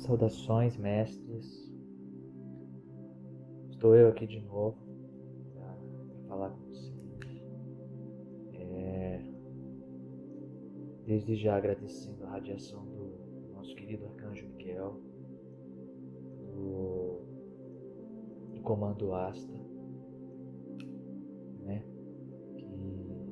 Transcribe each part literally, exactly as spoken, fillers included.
Saudações, mestres. Estou eu aqui de novo para falar com vocês. É, desde já agradecendo a radiação do nosso querido Arcanjo Miguel, do, do Comando Asta, né? Que,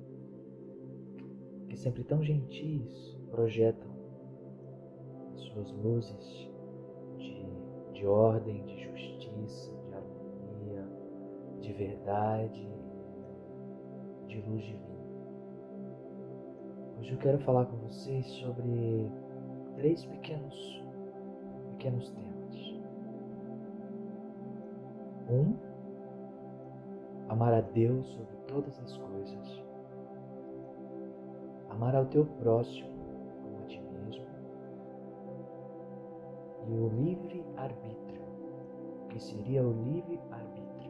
que sempre tão gentis projetam as suas luzes de, de ordem, de justiça, de harmonia, de verdade, de luz divina. Hoje eu quero falar com vocês sobre três pequenos, pequenos temas. Um, amar a Deus sobre todas as coisas. Amar ao teu próximo como a ti mesmo. E o livre-arbítrio. O que seria o livre-arbítrio?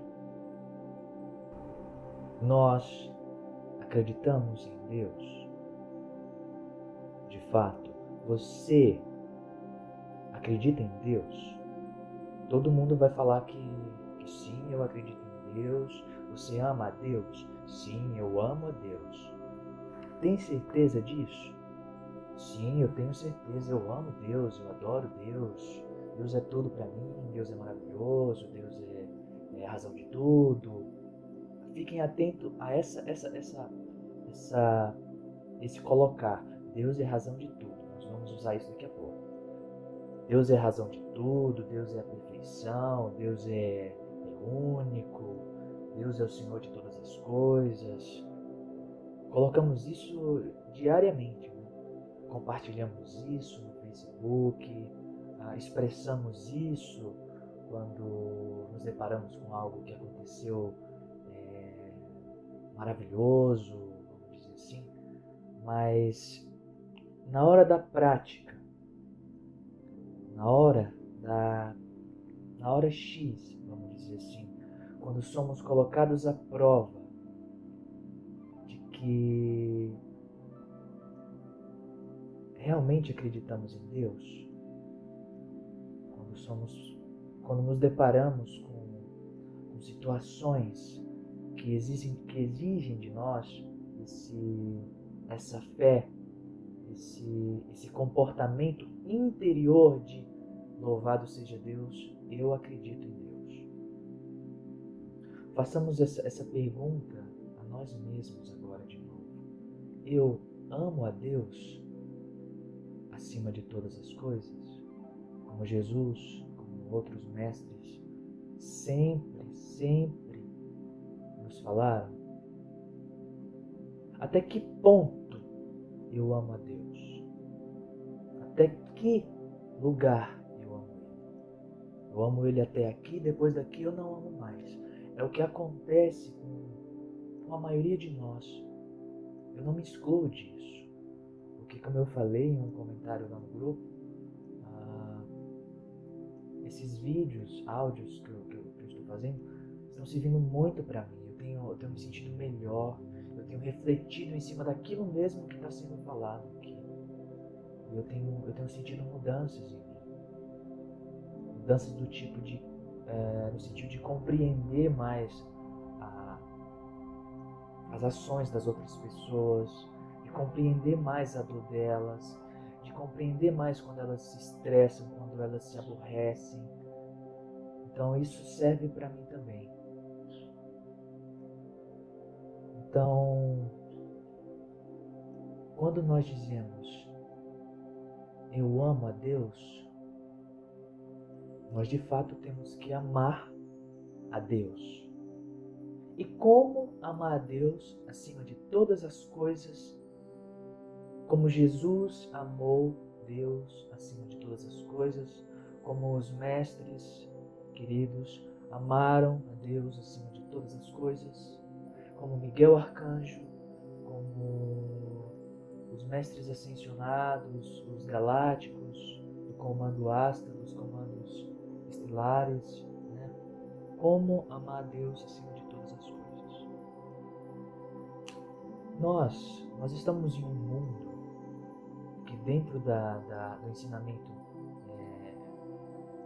Nós acreditamos em Deus? De fato, você acredita em Deus? Todo mundo vai falar que, que sim, eu acredito em Deus. Você ama a Deus? Sim, eu amo a Deus. Tem certeza disso? Sim, eu tenho certeza, eu amo Deus, eu adoro Deus. Deus é tudo para mim, Deus é maravilhoso, Deus é, é a razão de tudo. Fiquem atentos a essa, essa, essa, essa, esse colocar. Deus é a razão de tudo. Nós vamos usar isso daqui a pouco. Deus é a razão de tudo, Deus é a perfeição, Deus é, é único, Deus é o Senhor de todas as coisas. Colocamos isso diariamente, né? Compartilhamos isso no Facebook, ah, expressamos isso quando nos deparamos com algo que aconteceu é, maravilhoso, vamos dizer assim, mas na hora da prática, na hora da, na hora X, vamos dizer assim, quando somos colocados à prova de que realmente acreditamos em Deus, quando somos, quando nos deparamos com, com situações que exigem, que exigem de nós esse, essa fé, esse, esse comportamento interior de louvado seja Deus, eu acredito em Deus. Façamos essa, essa pergunta a nós mesmos agora de novo. Eu amo a Deus acima de todas as coisas? Como Jesus, como outros mestres, sempre, sempre nos falaram. Até que ponto eu amo a Deus? Até que lugar eu amo Ele? Eu amo Ele até aqui, depois daqui eu não amo mais. É o que acontece com, com a maioria de nós. Eu não me excluo disso. Porque, como eu falei em um comentário lá no grupo, ah, esses vídeos, áudios que eu, que, eu, que eu estou fazendo, estão servindo muito para mim. Eu tenho, eu tenho me sentido melhor, eu tenho refletido em cima daquilo mesmo que está sendo falado aqui. Eu tenho, eu tenho sentido mudanças em mim. Mudanças do tipo de, é, no sentido de compreender mais a, as ações das outras pessoas, de compreender mais a dor delas, de compreender mais quando elas se estressam, quando elas se aborrecem. Então isso serve para mim também. Então, quando nós dizemos eu amo a Deus, nós de fato temos que amar a Deus. E como amar a Deus acima de todas as coisas, como Jesus amou Deus acima de todas as coisas, como os mestres queridos amaram a Deus acima de todas as coisas, como Miguel Arcanjo, como os mestres ascensionados, os galácticos, do comando Asta, dos comandos estelares, né? Como amar a Deus acima de todas as coisas. Nós, nós estamos em um mundo que dentro da, da, do ensinamento é,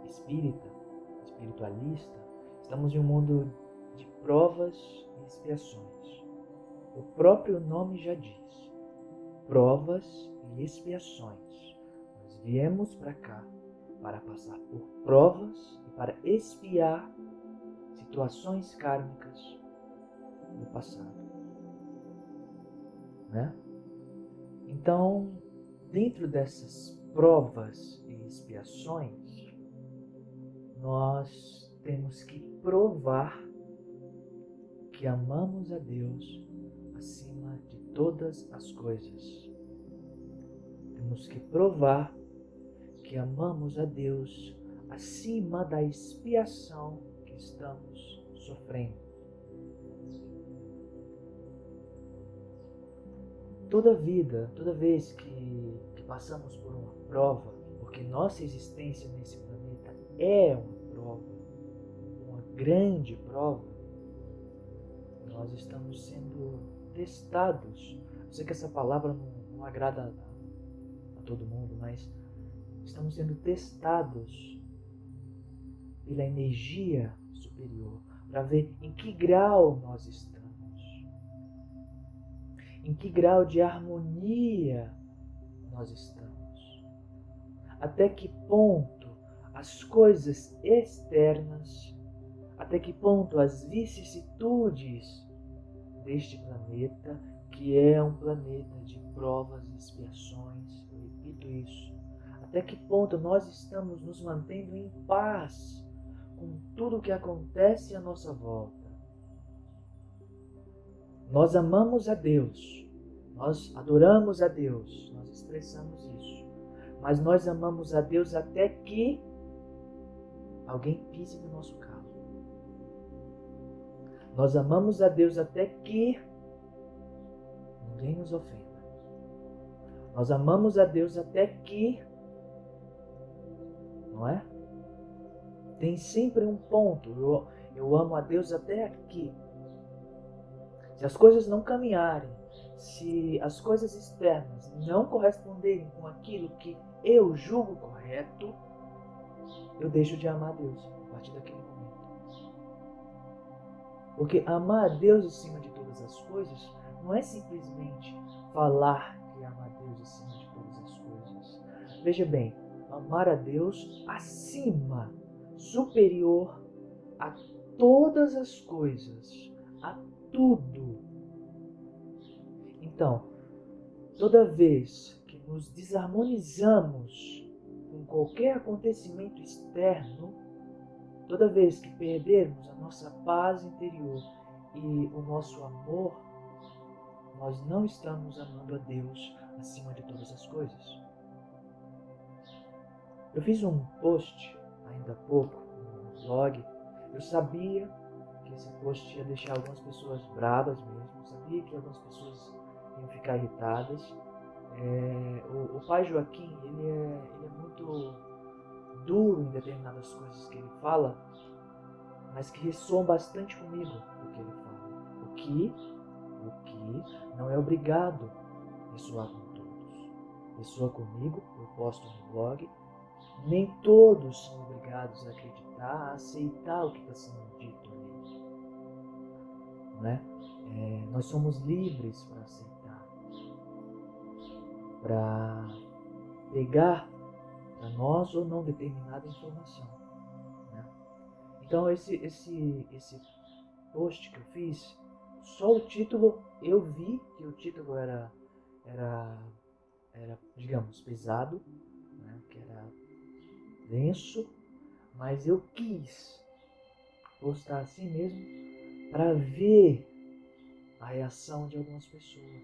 espírita, espiritualista, estamos em um mundo de provas e expiações. O próprio nome já diz, provas e expiações. Nós viemos para cá para passar por provas e para expiar situações kármicas do passado, né? Então, dentro dessas provas e expiações, nós temos que provar que amamos a Deus acima de todas as coisas. Temos que provar que amamos a Deus acima da expiação que estamos sofrendo. Toda vida, toda vez que, que passamos por uma prova, porque nossa existência nesse planeta é uma prova, uma grande prova, nós estamos sendo testados. Eu sei que essa palavra não, não agrada a, a todo mundo, mas estamos sendo testados pela energia superior, para ver em que grau nós estamos. Em que grau de harmonia nós estamos? Até que ponto as coisas externas, até que ponto as vicissitudes deste planeta, que é um planeta de provas e expiações, eu repito isso, até que ponto nós estamos nos mantendo em paz com tudo o que acontece à nossa volta. Nós amamos a Deus, nós adoramos a Deus, nós expressamos isso, mas nós amamos a Deus até que alguém pise no nosso carro. Nós amamos a Deus até que ninguém nos ofenda. Nós amamos a Deus até que, não é? Tem sempre um ponto, eu, eu amo a Deus até aqui. Se as coisas não caminharem, se as coisas externas não corresponderem com aquilo que eu julgo correto, eu deixo de amar a Deus a partir daquele momento. Porque amar a Deus acima de todas as coisas não é simplesmente falar que ama a Deus acima de todas as coisas. Veja bem, amar a Deus acima, superior a todas as coisas, a tudo. Então, toda vez que nos desarmonizamos com qualquer acontecimento externo, toda vez que perdermos a nossa paz interior e o nosso amor, nós não estamos amando a Deus acima de todas as coisas. Eu fiz um post ainda há pouco no blog. Eu sabia que esse post ia deixar algumas pessoas bravas mesmo, eu sabia que algumas pessoas iam ficar irritadas. É, o, o pai Joaquim, ele é, ele é muito duro em determinadas coisas que ele fala, mas que ressoam bastante comigo o que ele fala. O que, o que não é obrigado a ressoar com todos. Ressoa comigo, eu posto no blog. Nem todos são obrigados a acreditar, a aceitar o que está sendo dito ali. Não é? É, nós somos livres para aceitar, para pegar para nós ou não determinada informação. Né? Então esse, esse, esse post que eu fiz, só o título, eu vi que o título era, era, era digamos, pesado, né? Que era denso, mas eu quis postar assim mesmo para ver a reação de algumas pessoas,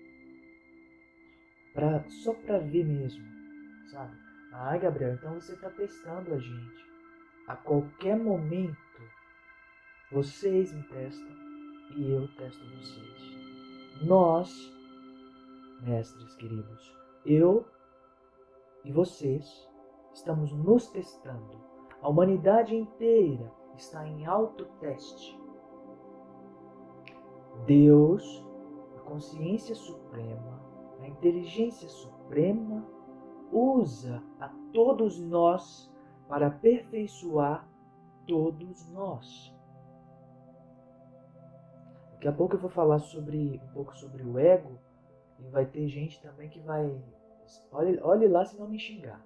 pra, só para ver mesmo, sabe? Ah, Gabriel, então você está testando a gente. A qualquer momento vocês me testam e eu testo vocês. Nós, mestres queridos, eu e vocês estamos nos testando. A humanidade inteira está em autoteste. Deus, a consciência suprema, a inteligência suprema, usa a todos nós para aperfeiçoar todos nós. Daqui a pouco eu vou falar sobre um pouco sobre o ego, e vai ter gente também que vai... Olhe, olhe lá se não me xingar.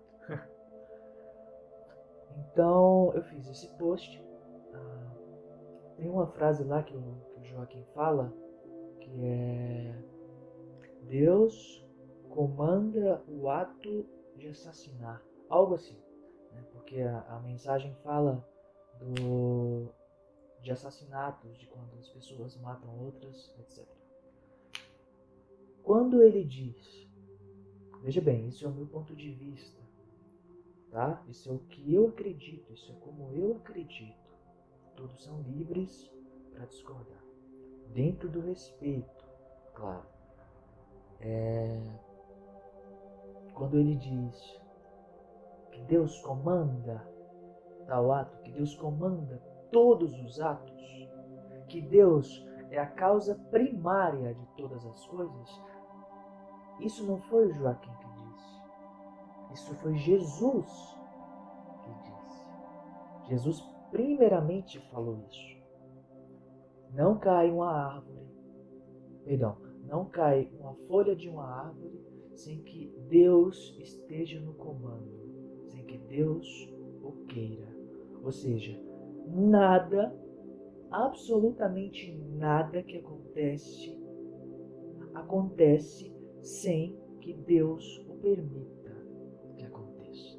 Então, eu fiz esse post. Ah, tem uma frase lá que o, que o Joaquim fala, que é: Deus comanda o ato de assassinar. Algo assim, né? Porque a, a mensagem fala do, de assassinatos, de quando as pessoas matam outras, etcétera. Quando ele diz, veja bem, isso é o meu ponto de vista, tá? Isso é o que eu acredito, isso é como eu acredito. Todos são livres para discordar, dentro do respeito, claro. É... Quando ele diz que Deus comanda tal ato, que Deus comanda todos os atos, que Deus é a causa primária de todas as coisas, isso não foi o Joaquim que disse. Isso foi Jesus que disse. Jesus primeiramente falou isso. Não cai uma árvore, perdão, não cai uma folha de uma árvore sem que Deus esteja no comando, sem que Deus o queira. Ou seja, nada, absolutamente nada que acontece, acontece sem que Deus o permita que aconteça.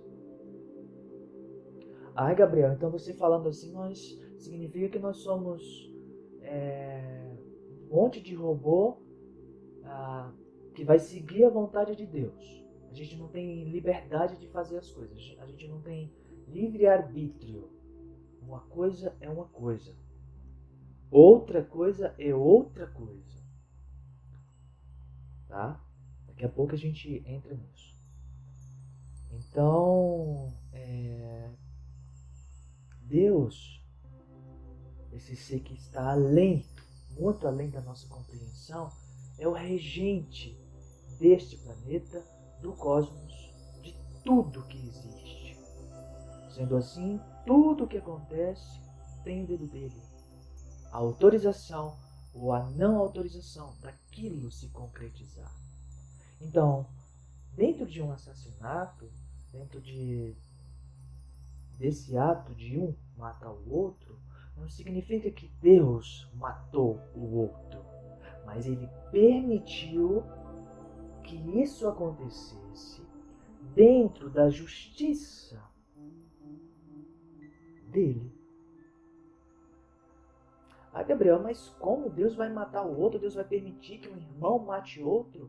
Ai, Gabriel, então você falando assim, nós, significa que nós somos é, um monte de robô ah, que vai seguir a vontade de Deus. A gente não tem liberdade de fazer as coisas. A gente não tem livre-arbítrio. Uma coisa é uma coisa. Outra coisa é outra coisa. Tá? Daqui a pouco a gente entra nisso. Então, é, Deus, esse ser que está além, muito além da nossa compreensão, é o regente deste planeta, do cosmos, de tudo que existe. Sendo assim, tudo o que acontece tem o dedo dele. A autorização ou a não autorização daquilo se concretizar. Então, dentro de um assassinato, dentro de, desse ato de um matar o outro, não significa que Deus matou o outro, mas ele permitiu que isso acontecesse dentro da justiça dele. Ah, Gabriel, mas como Deus vai matar o outro? Deus vai permitir que um irmão mate outro?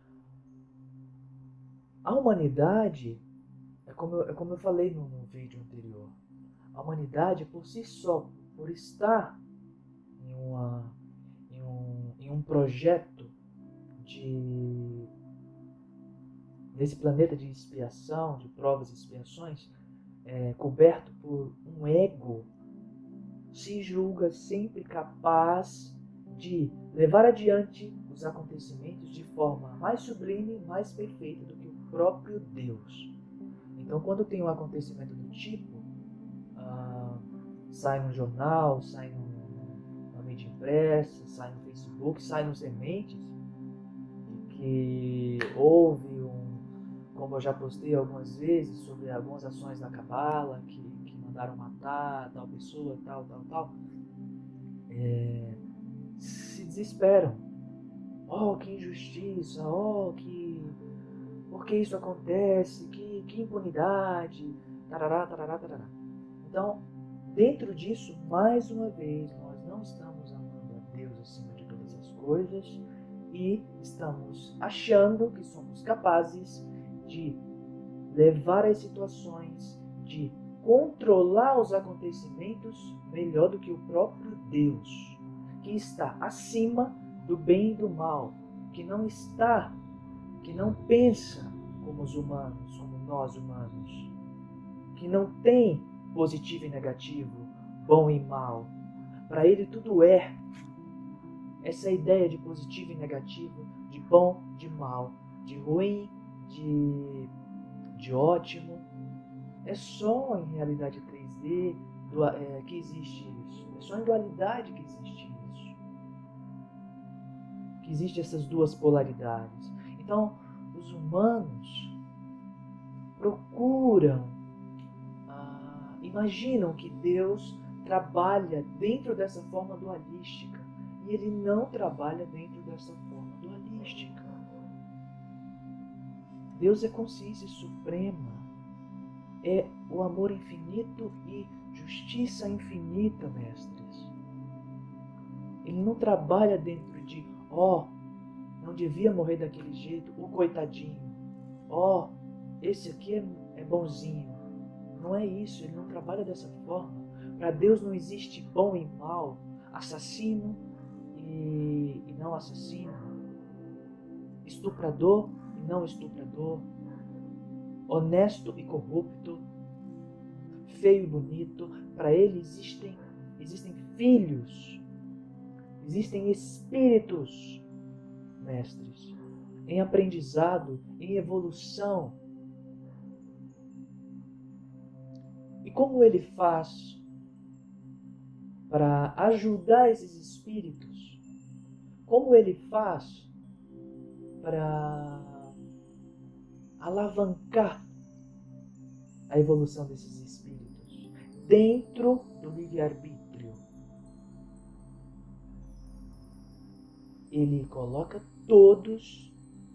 A humanidade, é como eu, é como eu falei no, no vídeo anterior, a humanidade por si só, por estar em, uma, em, um, em um projeto de, desse planeta de expiação, de provas e expiações, é, coberto por um ego, se julga sempre capaz de levar adiante os acontecimentos de forma mais sublime, mais perfeita do que o próprio Deus. Então, quando tem um acontecimento do tipo, ah, sai no jornal, sai no, na mídia impressa, sai no Facebook, sai nos sementes, de que houve um, como eu já postei algumas vezes, sobre algumas ações da Cabala, que, que mandaram matar tal pessoa, tal, tal, tal, é, se desesperam. Oh, que injustiça, oh, que... por que isso acontece, que, que impunidade, tarará, tarará, tarará. Então, dentro disso, mais uma vez, nós não estamos amando a Deus acima de todas as coisas e estamos achando que somos capazes de levar as situações, de controlar os acontecimentos melhor do que o próprio Deus, que está acima do bem e do mal, que não está, que não pensa como os humanos, como nós humanos, que não tem positivo e negativo, bom e mal. Para ele tudo é. Essa ideia de positivo e negativo, de bom, de mal, de ruim, de, de ótimo, É só em realidade três D é, que existe isso. É só em dualidade que existe isso. Que existem essas duas polaridades. Então, os humanos procuram, ah, imaginam que Deus trabalha dentro dessa forma dualística. E Ele não trabalha dentro dessa forma dualística. Deus é consciência suprema. É o amor infinito e justiça infinita, mestres. Ele não trabalha dentro de, ó, oh, não devia morrer daquele jeito, o coitadinho. Ó, oh, esse aqui é, é bonzinho. Não é isso, ele não trabalha dessa forma. Para Deus não existe bom e mal, assassino e, e não assassino, estuprador e não estuprador, honesto e corrupto, feio e bonito. Para Ele existem, existem filhos, existem espíritos, mestres, em aprendizado, em evolução. E como Ele faz para ajudar esses espíritos? Como Ele faz para alavancar a evolução desses espíritos dentro do livre-arbítrio? Ele coloca todos,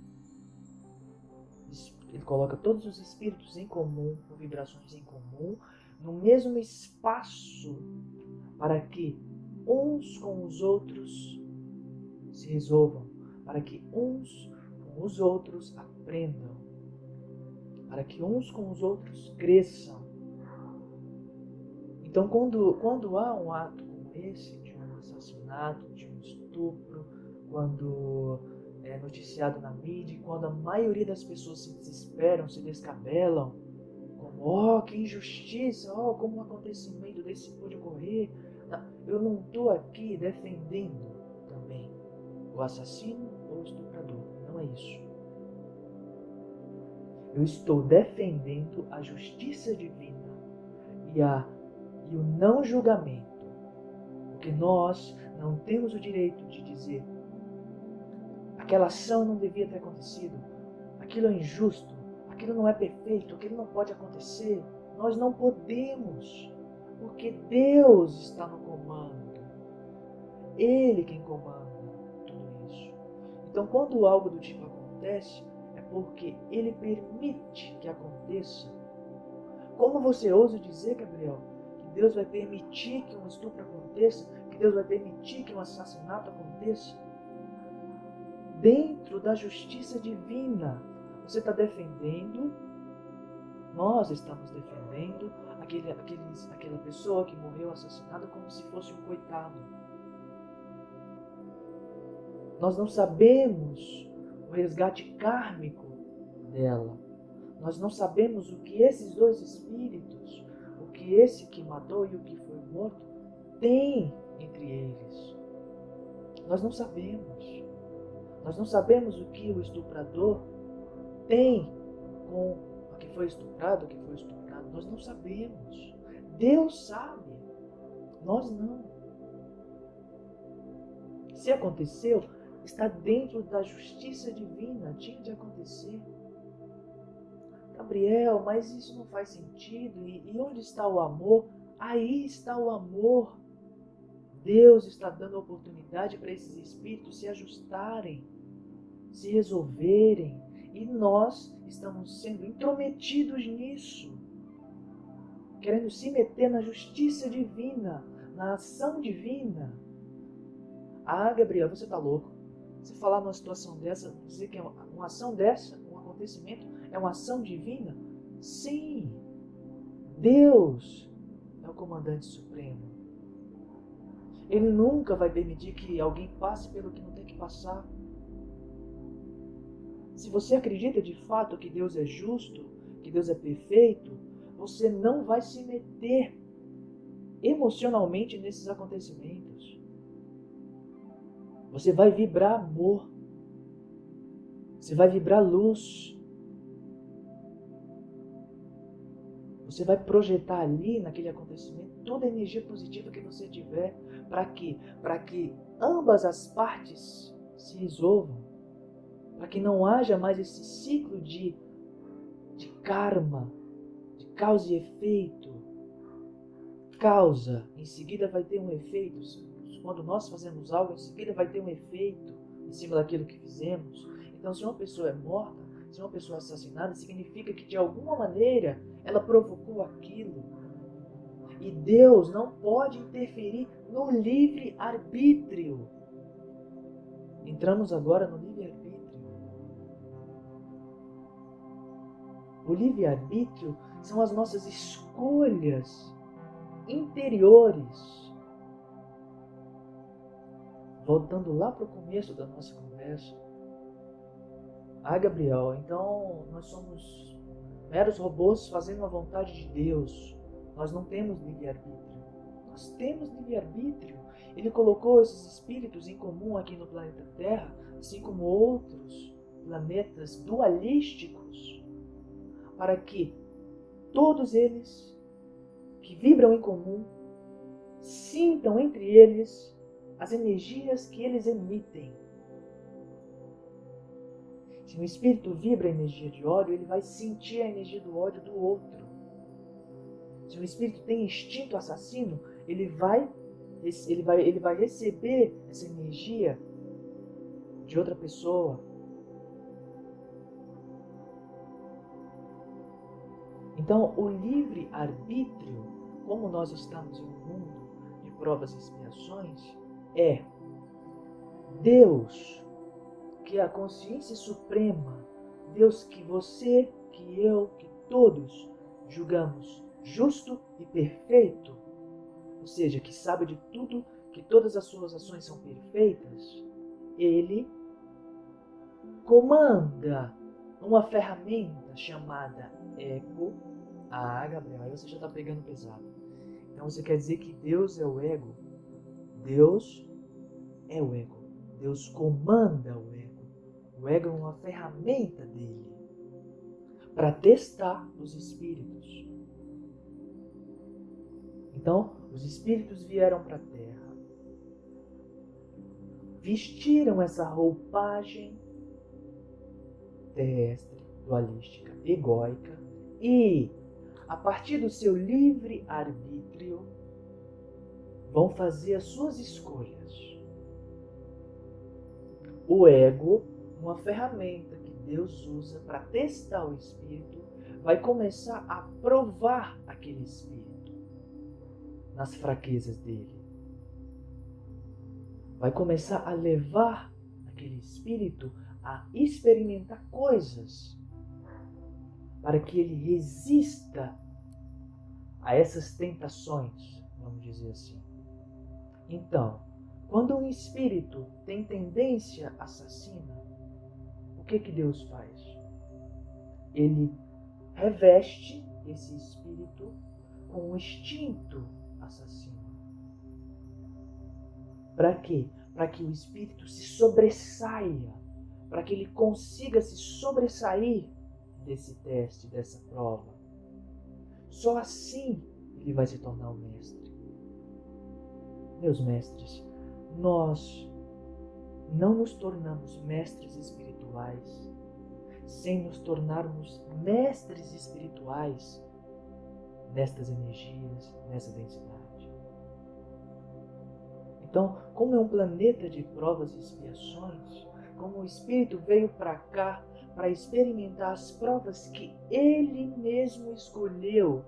ele coloca todos os espíritos em comum, com vibrações em comum, no mesmo espaço, para que uns com os outros se resolvam, para que uns com os outros aprendam, para que uns com os outros cresçam. Então, quando, quando há um ato como esse, de um assassinato, de um estupro, quando é noticiado na mídia, quando a maioria das pessoas se desesperam, se descabelam, como, oh, que injustiça, oh, como um acontecimento desse pode ocorrer. Eu não estou aqui defendendo também o assassino ou o estuprador, não é isso. Eu estou defendendo a justiça divina e, a, e o não julgamento, porque nós não temos o direito de dizer aquela ação não devia ter acontecido, aquilo é injusto, aquilo não é perfeito, aquilo não pode acontecer. Nós não podemos, porque Deus está no comando. Ele quem comanda tudo isso. Então, quando algo do tipo acontece, é porque Ele permite que aconteça. Como você ousa dizer, Gabriel, que Deus vai permitir que um estupro aconteça, que Deus vai permitir que um assassinato aconteça? Dentro da justiça divina, você está defendendo, nós estamos defendendo aquele, aqueles, aquela pessoa que morreu assassinada como se fosse um coitado. Nós não sabemos o resgate kármico dela. Nós não sabemos o que esses dois espíritos, o que esse que matou e o que foi morto, tem entre eles. Nós não sabemos. Nós não sabemos o que o estuprador tem com o que foi estuprado, o que foi estuprado. Nós não sabemos. Deus sabe. Nós não. Se aconteceu, está dentro da justiça divina. Tinha de acontecer. Gabriel, mas isso não faz sentido. E, e onde está o amor? Aí está o amor. Deus está dando oportunidade para esses espíritos se ajustarem, se resolverem. E nós estamos sendo intrometidos nisso, querendo se meter na justiça divina, na ação divina. Ah, Gabriel, você está louco. Você falar numa situação dessa, dizer que é uma, uma ação dessa, um acontecimento, é uma ação divina? Sim, Deus é o comandante supremo. Ele nunca vai permitir que alguém passe pelo que não tem que passar. Se você acredita de fato que Deus é justo, que Deus é perfeito, você não vai se meter emocionalmente nesses acontecimentos. Você vai vibrar amor. Você vai vibrar luz. Você Você vai projetar ali, naquele acontecimento, toda a energia positiva que você tiver. Para quê? Para que ambas as partes se resolvam. Para que não haja mais esse ciclo de, de karma, de causa e efeito. Causa, em seguida vai ter um efeito. Quando nós fazemos algo, em seguida vai ter um efeito em cima daquilo que fizemos. Então, se uma pessoa é morta, se uma pessoa é assassinada, significa que de alguma maneira ela provocou aquilo. E Deus não pode interferir no livre-arbítrio. Entramos agora no livre-arbítrio. O livre-arbítrio são as nossas escolhas interiores. Voltando lá para o começo da nossa conversa. Ah, Gabriel, então nós somos meros robôs fazendo a vontade de Deus. Nós não temos livre-arbítrio. Nós temos livre-arbítrio. Ele colocou esses espíritos em comum aqui no planeta Terra, assim como outros planetas dualísticos, para que todos eles que vibram em comum sintam entre eles as energias que eles emitem. Se um espírito vibra a energia de ódio, ele vai sentir a energia do ódio do outro. Se um espírito tem instinto assassino, ele vai, ele vai, ele vai receber essa energia de outra pessoa. Então, o livre-arbítrio, como nós estamos em um mundo de provas e expiações, é Deus, que é a consciência suprema, Deus que você, que eu, que todos julgamos justo e perfeito, ou seja, que sabe de tudo, que todas as suas ações são perfeitas, Ele comanda uma ferramenta chamada ego. Ah, Gabriel, aí você já está pegando pesado. Então você quer dizer que Deus é o ego? Deus é o ego. Deus comanda o ego. O ego é uma ferramenta dele para testar os espíritos. Então, os espíritos vieram para a Terra, vestiram essa roupagem terrestre, dualística, egóica, e, a partir do seu livre arbítrio, vão fazer as suas escolhas. O ego, uma ferramenta que Deus usa para testar o espírito, vai começar a provar aquele espírito nas fraquezas dele. Vai começar a levar aquele espírito a experimentar coisas para que ele resista a essas tentações, vamos dizer assim. Então, quando um espírito tem tendência assassina, o que que Deus faz? Ele reveste esse espírito com um instinto assassino. Para quê? Para que o espírito se sobressaia, para que ele consiga se sobressair desse teste, dessa prova. Só assim ele vai se tornar um mestre. Meus mestres, nós não nos tornamos mestres espirituais sem nos tornarmos mestres espirituais nestas energias, nessa densidade. Então, como é um planeta de provas e expiações, como o Espírito veio para cá para experimentar as provas que Ele mesmo escolheu,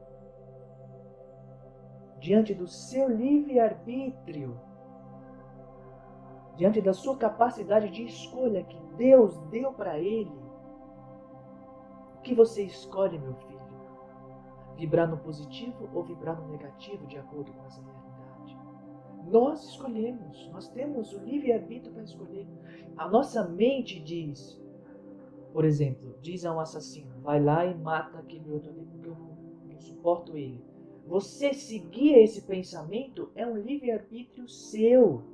diante do seu livre-arbítrio, diante da sua capacidade de escolha que Deus deu para Ele. O que você escolhe, meu filho? Vibrar no positivo ou vibrar no negativo, de acordo com essa realidade? Nós escolhemos, nós temos o livre-arbítrio para escolher. A nossa mente diz, por exemplo, diz a um assassino, vai lá e mata aquele outro ali porque eu não, não suporto ele. Você seguir esse pensamento é um livre-arbítrio seu.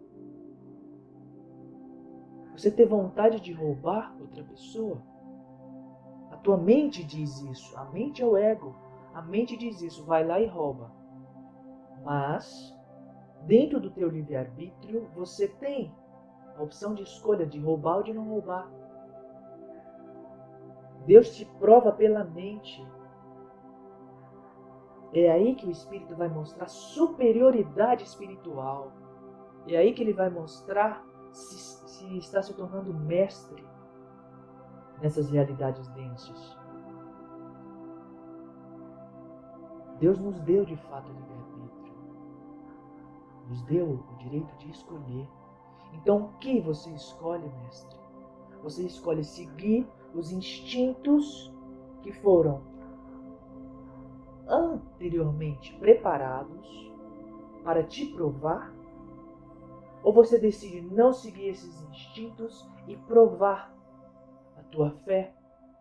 Você ter vontade de roubar outra pessoa, a tua mente diz isso. A mente é o ego. a mente diz isso, vai lá e rouba. Mas, dentro do teu livre-arbítrio, você tem a opção de escolha de roubar ou de não roubar. Deus te prova pela mente. É aí que o Espírito vai mostrar superioridade espiritual. É aí que ele vai mostrar se, se está se tornando mestre nessas realidades densas. Deus nos deu de fato o livre-arbítrio. Nos deu o direito de escolher. Então o que você escolhe, mestre? Você escolhe seguir os instintos que foram anteriormente preparados para te provar? Ou você decide não seguir esses instintos e provar a tua fé?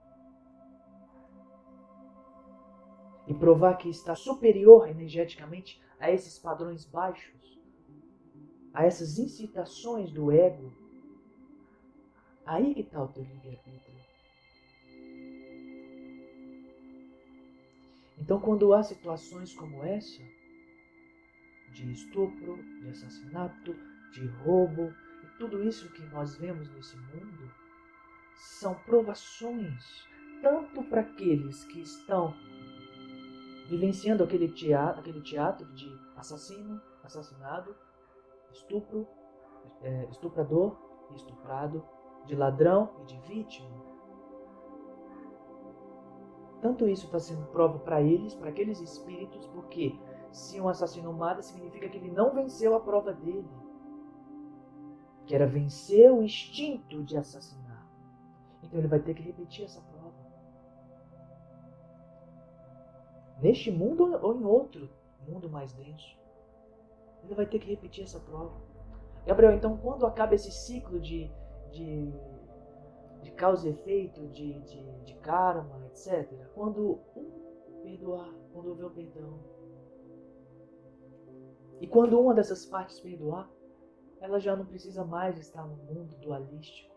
E provar que está superior energeticamente a esses padrões baixos, a essas incitações do ego? Aí que está o teu livre-arbítrio. Então, quando há situações como essa, de estupro, de assassinato, de roubo, e tudo isso que nós vemos nesse mundo, são provações, tanto para aqueles que estão vivenciando aquele teatro, aquele teatro de assassino, assassinado, estupro, é, estuprador e estuprado, de ladrão e de vítima. Tanto isso está sendo prova para eles, para aqueles espíritos, porque se um assassino mata, significa que ele não venceu a prova dele, que era vencer o instinto de assassinar. Então ele vai ter que repetir essa prova. Neste mundo ou em outro mundo mais denso. Ele vai ter que repetir essa prova. Gabriel, então quando acaba esse ciclo de, de, de causa e efeito, de, de, de karma, etcétera? Quando um perdoar, quando houver o perdão. E quando uma dessas partes perdoar, ela já não precisa mais estar no mundo dualístico,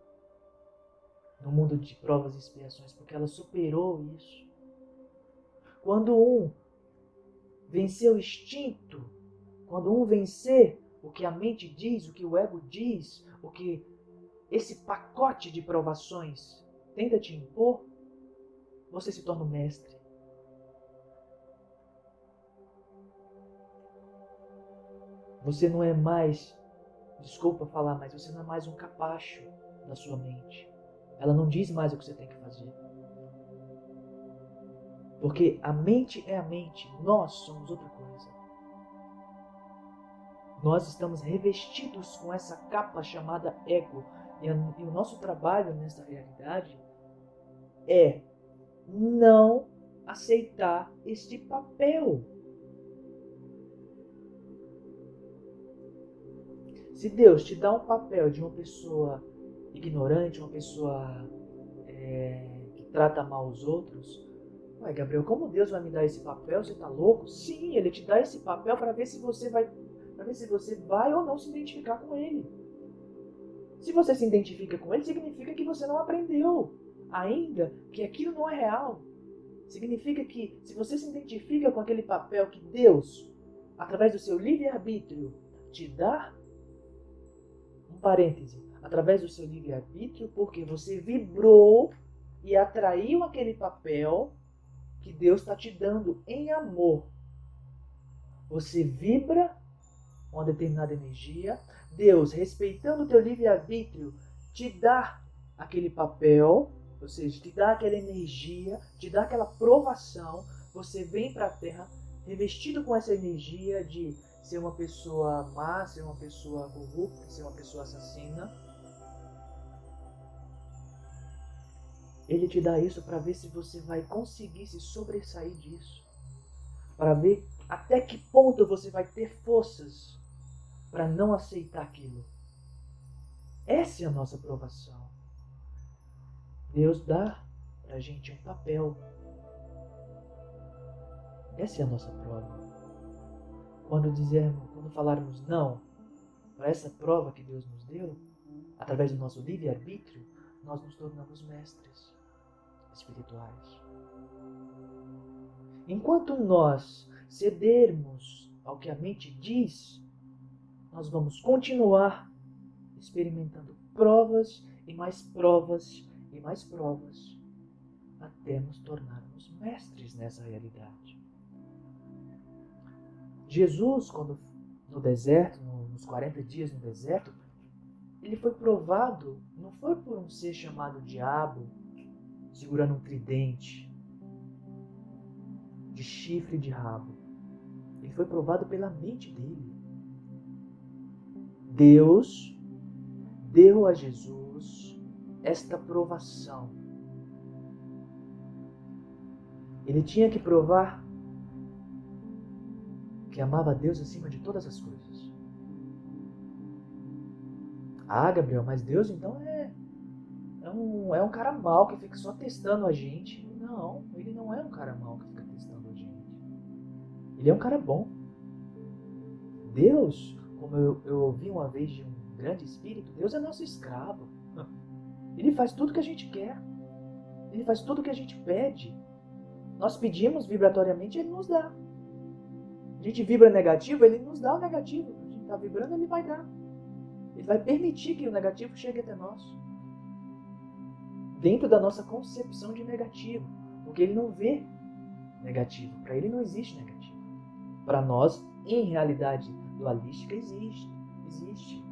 no mundo de provas e expiações, porque ela superou isso. Quando um vencer o instinto, quando um vencer o que a mente diz, o que o ego diz, o que esse pacote de provações tenta te impor, você se torna o mestre. Você não é mais, desculpa falar, mas você não é mais um capacho da sua mente. Ela não diz mais o que você tem que fazer. Porque a mente é a mente, nós somos outra coisa. Nós estamos revestidos com essa capa chamada ego. E, a, e o nosso trabalho nessa realidade é não aceitar este papel. Se Deus te dá um papel de uma pessoa ignorante, uma pessoa é, que trata mal os outros, ué, Gabriel, como Deus vai me dar esse papel? Você está louco? Sim, Ele te dá esse papel para ver se você vai, para ver se você vai ou não se identificar com Ele. Se você se identifica com Ele, significa que você não aprendeu ainda que aquilo não é real. Significa que se você se identifica com aquele papel que Deus, através do seu livre-arbítrio, te dá, um parêntese, através do seu livre-arbítrio, porque você vibrou e atraiu aquele papel que Deus está te dando em amor. Você vibra uma determinada energia, Deus, respeitando o teu livre-arbítrio, te dá aquele papel, ou seja, te dá aquela energia, te dá aquela provação, você vem para a Terra revestido com essa energia de ser uma pessoa má, ser uma pessoa corrupta, ser uma pessoa assassina. Ele te dá isso para ver se você vai conseguir se sobressair disso. Para ver até que ponto você vai ter forças para não aceitar aquilo. Essa é a nossa provação. Deus dá para a gente um papel. Essa é a nossa prova. Quando dizermos, quando falarmos não para essa prova que Deus nos deu, através do nosso livre-arbítrio, nós nos tornamos mestres espirituais. Enquanto nós cedermos ao que a mente diz, nós vamos continuar experimentando provas e mais provas e mais provas, até nos tornarmos mestres nessa realidade. Jesus, quando no deserto, nos quarenta dias no deserto, ele foi provado, não foi por um ser chamado diabo, segurando um tridente de chifre de rabo. Ele foi provado pela mente dele. Deus deu a Jesus esta provação. Ele tinha que provar que amava a Deus acima de todas as coisas. Ah, Gabriel, mas Deus então é, é, um, é um cara mau que fica só testando a gente. Não, ele não é um cara mau que fica testando a gente. Ele é um cara bom. Deus, como eu, eu ouvi uma vez de um grande espírito, Deus é nosso escravo. Ele faz tudo que a gente quer. Ele faz tudo que a gente pede. Nós pedimos vibratoriamente, Ele nos dá. A gente vibra negativo, Ele nos dá o negativo. A gente está vibrando, Ele vai dar. Ele vai permitir que o negativo chegue até nós. Dentro da nossa concepção de negativo. Porque Ele não vê negativo. Para Ele não existe negativo. Para nós, em realidade dualística, existe. Existe.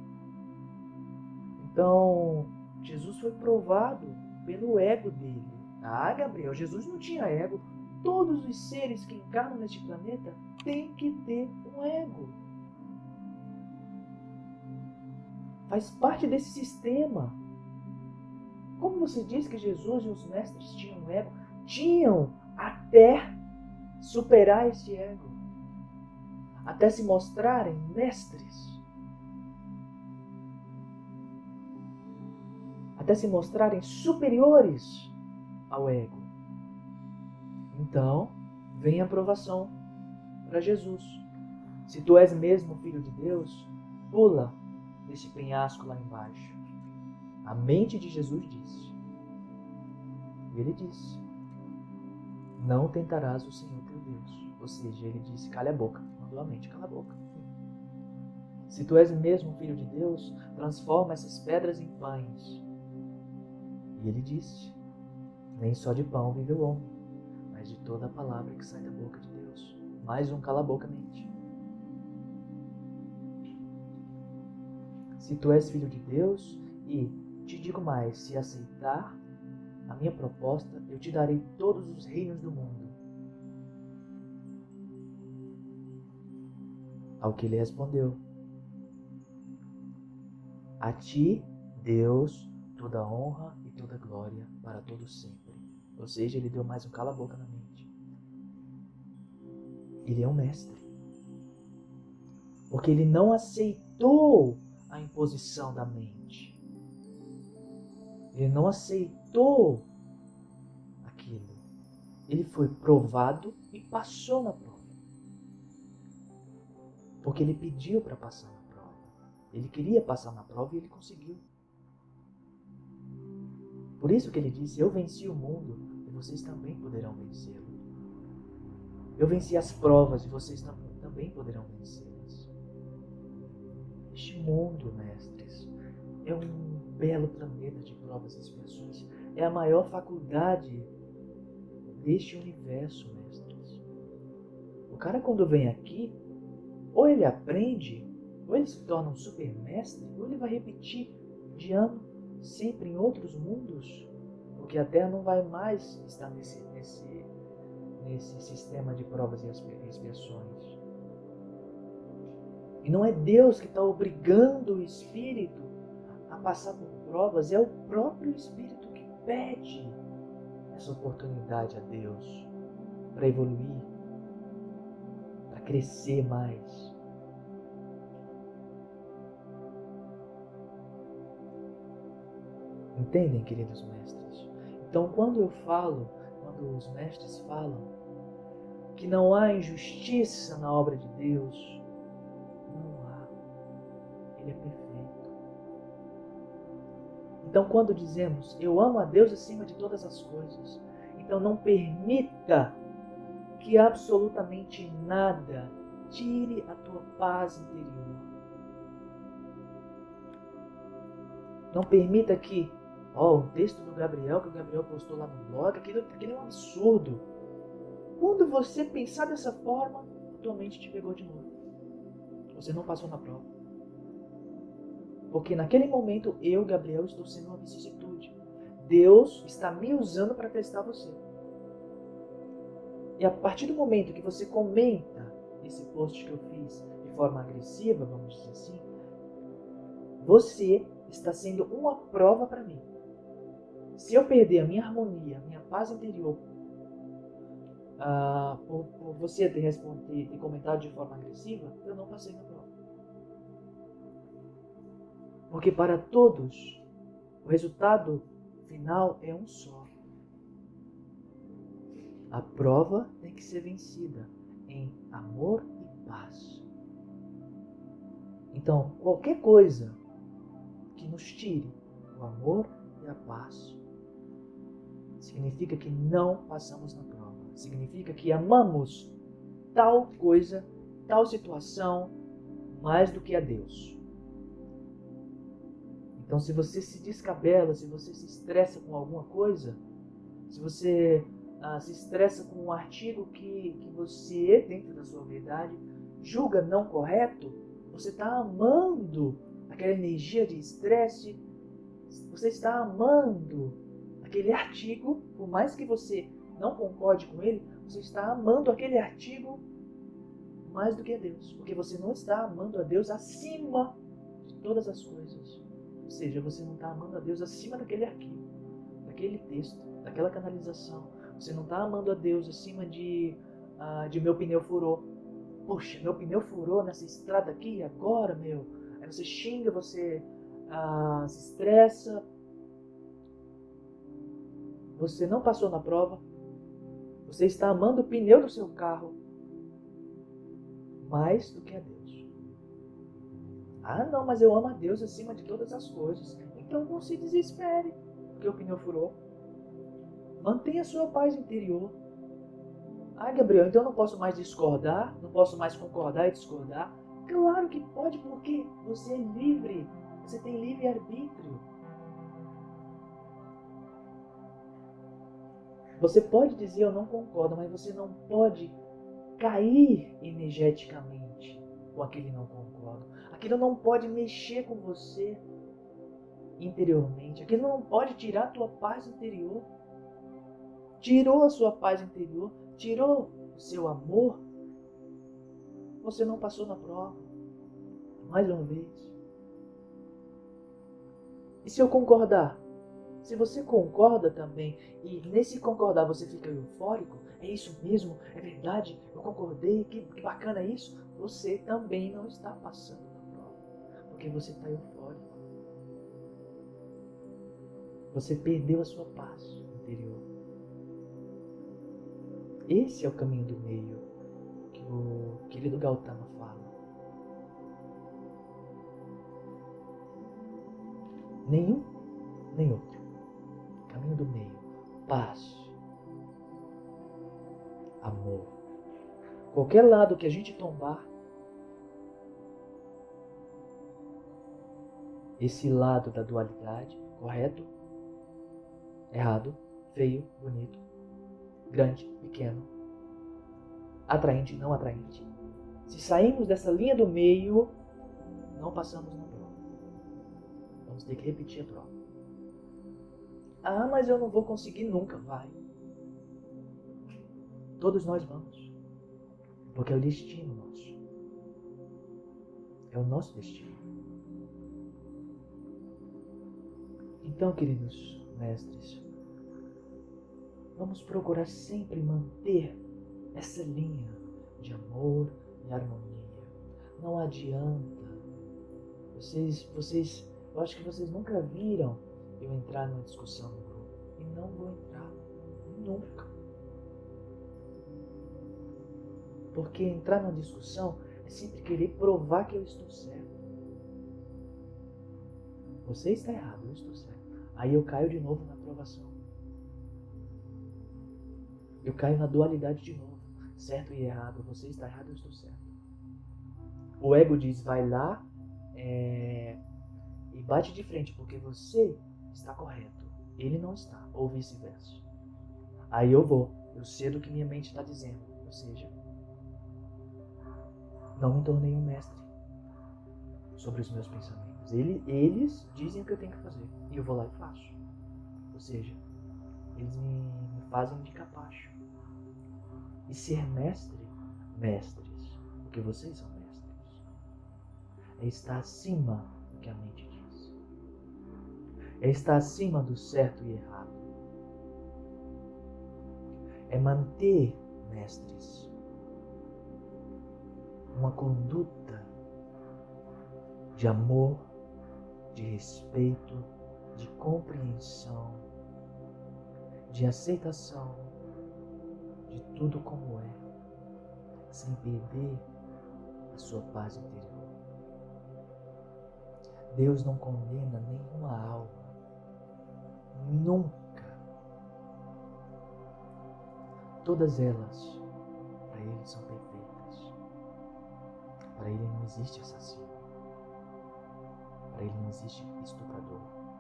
Então, Jesus foi provado pelo ego dele. Ah, Gabriel, Jesus não tinha ego. Todos os seres que encarnam neste planeta têm que ter um ego. Faz parte desse sistema. Como você diz que Jesus e os mestres tinham um ego? Tinham até superar esse ego. Até se mostrarem mestres. Até se mostrarem superiores ao ego. Então, vem a provação para Jesus. Se tu és mesmo filho de Deus, pula desse penhasco lá embaixo. A mente de Jesus disse. E ele disse: não tentarás o Senhor teu Deus. Ou seja, ele disse: cala a boca. Mandou a mente, cala a boca. Se tu és mesmo filho de Deus, transforma essas pedras em pães. E ele disse: nem só de pão vive o homem, mas de toda a palavra que sai da boca de Deus. Mais um cala-boca mente. Se tu és filho de Deus, e te digo mais, se aceitar a minha proposta, eu te darei todos os reinos do mundo. Ao que ele respondeu: a ti, Deus, toda honra e toda glória para todo sempre. Ou seja, ele deu mais um cala-boca na mente. Ele é um mestre. Porque ele não aceitou a imposição da mente. Ele não aceitou aquilo. Ele foi provado e passou na prova. Porque ele pediu para passar na prova. Ele queria passar na prova e ele conseguiu. Por isso que ele disse: eu venci o mundo e vocês também poderão vencê-lo. Eu venci as provas e vocês também poderão vencê-las. Este mundo, mestres, é um belo planeta de provas e expiações. É a maior faculdade deste universo, mestres. O cara, quando vem aqui, ou ele aprende, ou ele se torna um super mestre, ou ele vai repetir de ano sempre em outros mundos, porque a Terra não vai mais estar nesse, nesse, nesse sistema de provas e expiações. E não é Deus que está obrigando o Espírito a passar por provas, é o próprio Espírito que pede essa oportunidade a Deus para evoluir, para crescer mais. Entendem, queridos mestres? Então, quando eu falo, quando os mestres falam que não há injustiça na obra de Deus, não há. Ele é perfeito. Então, quando dizemos, eu amo a Deus acima de todas as coisas, então não permita que absolutamente nada tire a tua paz interior. Não permita que, ó, oh, o texto do Gabriel, que o Gabriel postou lá no blog, aquilo, aquilo é um absurdo. Quando você pensar dessa forma, a tua mente te pegou de novo. Você não passou na prova. Porque naquele momento, eu, Gabriel, estou sendo uma vicissitude. Deus está me usando para testar você. E a partir do momento que você comenta esse post que eu fiz de forma agressiva, vamos dizer assim, você está sendo uma prova para mim. Se eu perder a minha harmonia, a minha paz interior, ah, por, por você ter respondido e comentado de forma agressiva, eu não passei na prova. Porque para todos, o resultado final é um só. A prova tem que ser vencida em amor e paz. Então, qualquer coisa que nos tire o amor e a paz significa que não passamos na prova. Significa que amamos tal coisa, tal situação, mais do que a Deus. Então, se você se descabela, se você se estressa com alguma coisa, se você ah, se estressa com um artigo que, que você, dentro da sua verdade, julga não correto, você está amando aquela energia de estresse, você está amando aquele artigo, por mais que você não concorde com ele, você está amando aquele artigo mais do que a Deus, porque você não está amando a Deus acima de todas as coisas. Ou seja, você não está amando a Deus acima daquele arquivo, daquele texto, daquela canalização. Você não está amando a Deus acima de, uh, de meu pneu furou. Poxa, meu pneu furou nessa estrada aqui agora, meu. Aí você xinga, você uh, se estressa. Você não passou na prova. Você está amando o pneu do seu carro mais do que a Deus. Ah, não, mas eu amo a Deus acima de todas as coisas. Então não se desespere, porque o pneu furou. Mantenha a sua paz interior. Ah, Gabriel, então eu não posso mais discordar? Não posso mais concordar e discordar? Claro que pode, porque você é livre. Você tem livre-arbítrio. Você pode dizer eu não concordo, mas você não pode cair energeticamente com aquele não concordo. Aquilo não pode mexer com você interiormente. Aquilo não pode tirar a tua paz interior. Tirou a sua paz interior, tirou o seu amor, você não passou na prova. Mais uma vez. E se eu concordar? Se você concorda também, e nesse concordar você fica eufórico, é isso mesmo, é verdade, eu concordei, que, que bacana isso, você também não está passando na prova, porque você está eufórico. Você perdeu a sua paz interior. Esse é o caminho do meio que o querido Gautama fala. Nenhum, nem outro. Caminho do meio. Paz. Amor. Qualquer lado que a gente tombar, esse lado da dualidade, correto, errado, feio, bonito, grande, pequeno, atraente, não atraente. Se sairmos dessa linha do meio, não passamos na prova. Vamos ter que repetir a prova. Ah, mas eu não vou conseguir nunca. Vai. Todos nós vamos. Porque é o destino nosso. É o nosso destino. Então, queridos mestres, vamos procurar sempre manter essa linha de amor e harmonia. Não adianta. Vocês, vocês, eu acho que vocês nunca viram eu entrar numa discussão no grupo. E não vou entrar. Nunca. Porque entrar numa discussão é sempre querer provar que eu estou certo. Você está errado, eu estou certo. Aí eu caio de novo na provação. Eu caio na dualidade de novo. certo e errado, você está errado, eu estou certo. O ego diz, vai lá é, e bate de frente, porque você está correto, ele não está, ou vice-versa. Aí eu vou, eu sei do que minha mente está dizendo, ou seja, não me tornei um mestre sobre os meus pensamentos. Ele, eles dizem o que eu tenho que fazer, e eu vou lá e faço. Ou seja, eles me, me fazem de capacho. E ser mestre, mestres, porque vocês são mestres, é estar acima do que a mente diz. É estar acima do certo e errado. É manter, mestres, uma conduta de amor, de respeito, de compreensão, de aceitação de tudo como é, sem perder a sua paz interior. Deus não condena nenhuma alma, nunca. Todas elas, para Ele, são perfeitas. Para Ele não existe assassino. Para Ele não existe estuprador.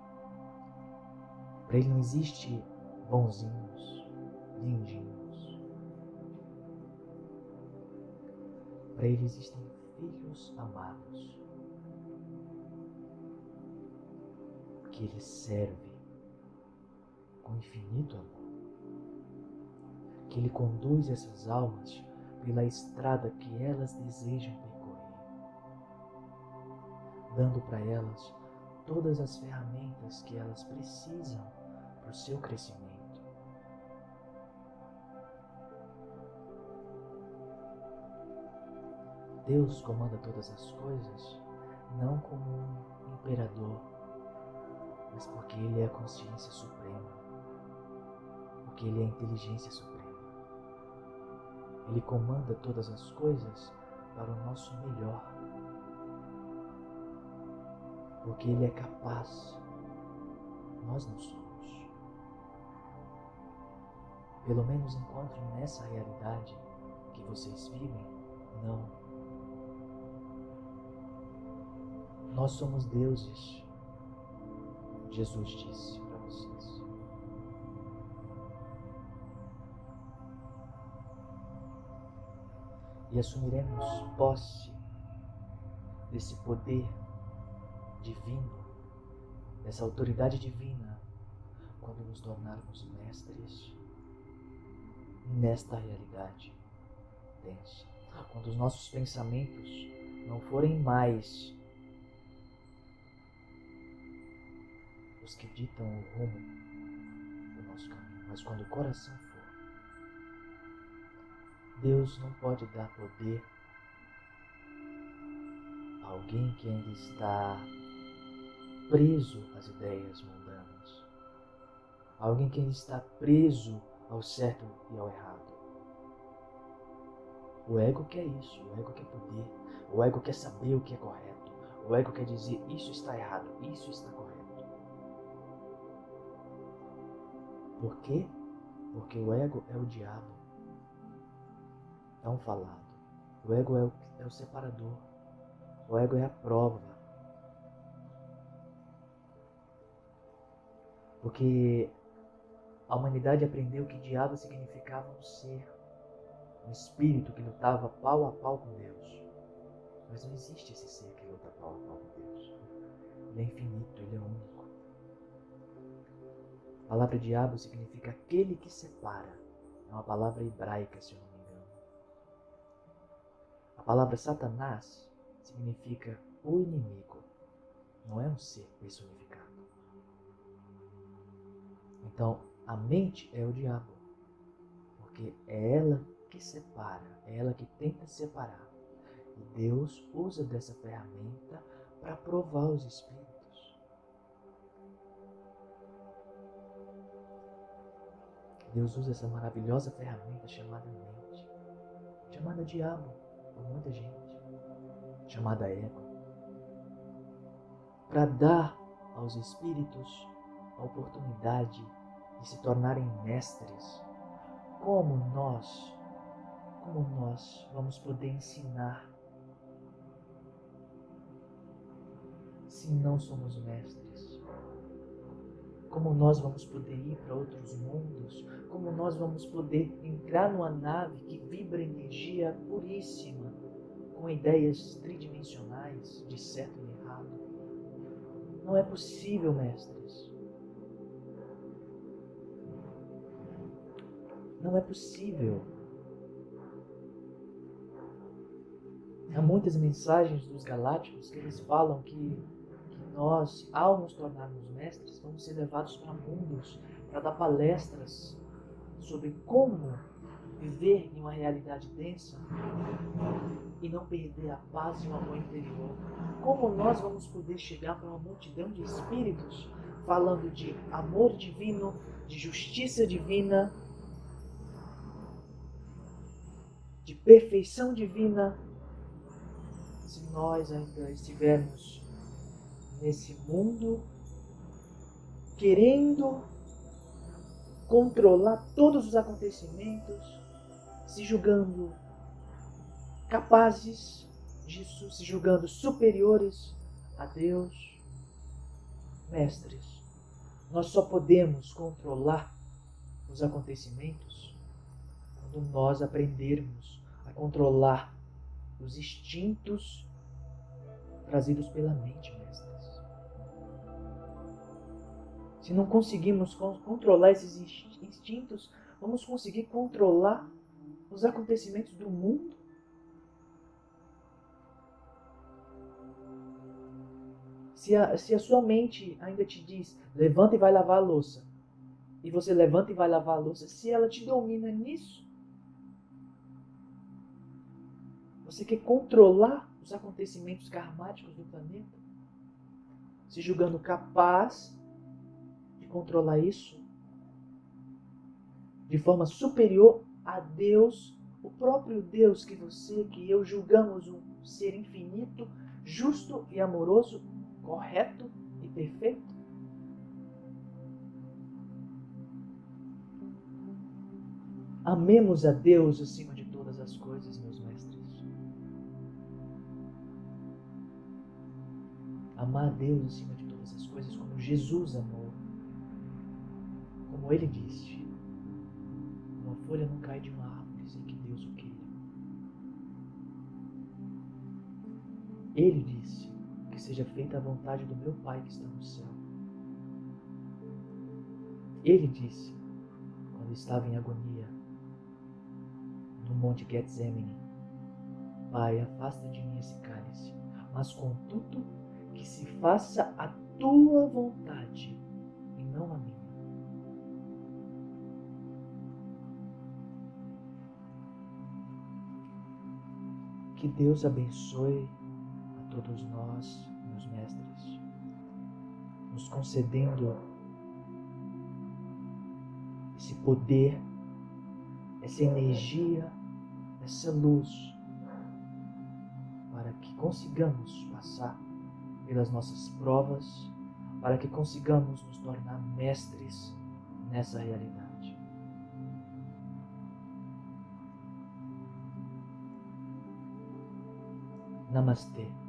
Para Ele não existe bonzinhos, lindinhos. Para Ele existem filhos amados, que Ele serve com infinito amor, que Ele conduz essas almas pela estrada que elas desejam percorrer, dando para elas todas as ferramentas que elas precisam para o seu crescimento. Deus comanda todas as coisas, não como um imperador, mas porque Ele é a consciência suprema, porque Ele é a inteligência suprema. Ele comanda todas as coisas para o nosso melhor, porque Ele é capaz, nós não somos. Pelo menos enquanto nessa realidade que vocês vivem, não. Nós somos deuses, Jesus disse para vocês. E assumiremos posse desse poder divino, dessa autoridade divina, quando nos tornarmos mestres nesta realidade densa. Quando os nossos pensamentos não forem mais os que ditam o rumo do nosso caminho, mas quando o coração for. Deus não pode dar poder a alguém que ainda está preso às ideias mundanas, a alguém que ainda está preso ao certo e ao errado. O ego quer isso, o ego quer poder, o ego quer saber o que é correto, o ego quer dizer isso está errado, isso está correto. Por quê? Porque o ego é o diabo. É um falado. O ego é o, é o separador. O ego é a prova. Porque a humanidade aprendeu que diabo significava um ser, um espírito que lutava pau a pau com Deus. Mas não existe esse ser que luta pau a pau com Deus. Ele é infinito, ele é único. A palavra diabo significa aquele que separa. É uma palavra hebraica, se eu não me engano. A palavra Satanás significa o inimigo. Não é um ser personificado. Então, a mente é o diabo. Porque é ela que separa, é ela que tenta separar. E Deus usa dessa ferramenta para provar os espíritos. Deus usa essa maravilhosa ferramenta chamada mente, chamada diabo por muita gente, chamada ego, para dar aos espíritos a oportunidade de se tornarem mestres, como nós, como nós vamos poder ensinar se não somos mestres? Como nós vamos poder ir para outros mundos? Como nós vamos poder entrar numa nave que vibra energia puríssima, com ideias tridimensionais de certo e errado? Não é possível, mestres. Não é possível. Há muitas mensagens dos galácticos que eles falam que nós, ao nos tornarmos mestres, vamos ser levados para mundos, para dar palestras sobre como viver em uma realidade densa e não perder a paz e o amor interior. Como nós vamos poder chegar para uma multidão de espíritos falando de amor divino, de justiça divina, de perfeição divina, se nós ainda estivermos nesse mundo querendo controlar todos os acontecimentos, se julgando capazes disso, se julgando superiores a Deus? Mestres, nós só podemos controlar os acontecimentos quando nós aprendermos a controlar os instintos trazidos pela mente, mestres. Se não conseguimos controlar esses instintos, vamos conseguir controlar os acontecimentos do mundo? Se a, se a sua mente ainda te diz, levanta e vai lavar a louça, e você levanta e vai lavar a louça, se ela te domina nisso, você quer controlar os acontecimentos karmáticos do planeta, se julgando capaz de controlar isso de forma superior a Deus, o próprio Deus que você, que eu julgamos um ser infinito, justo e amoroso, correto e perfeito? Amemos a Deus acima de todas as coisas, meus mestres. Amar a Deus acima de todas as coisas, como Jesus amou. Como Ele disse, uma folha não cai de uma árvore sem que Deus o queira. Ele disse, que seja feita a vontade do meu Pai que está no céu. Ele disse, quando estava em agonia, no Monte Getsemane, Pai, afasta de mim esse cálice, mas contudo que se faça a tua vontade e não a minha. Que Deus abençoe a todos nós, meus mestres, nos concedendo esse poder, essa energia, essa luz, para que consigamos passar pelas nossas provas, para que consigamos nos tornar mestres nessa realidade. Namastê.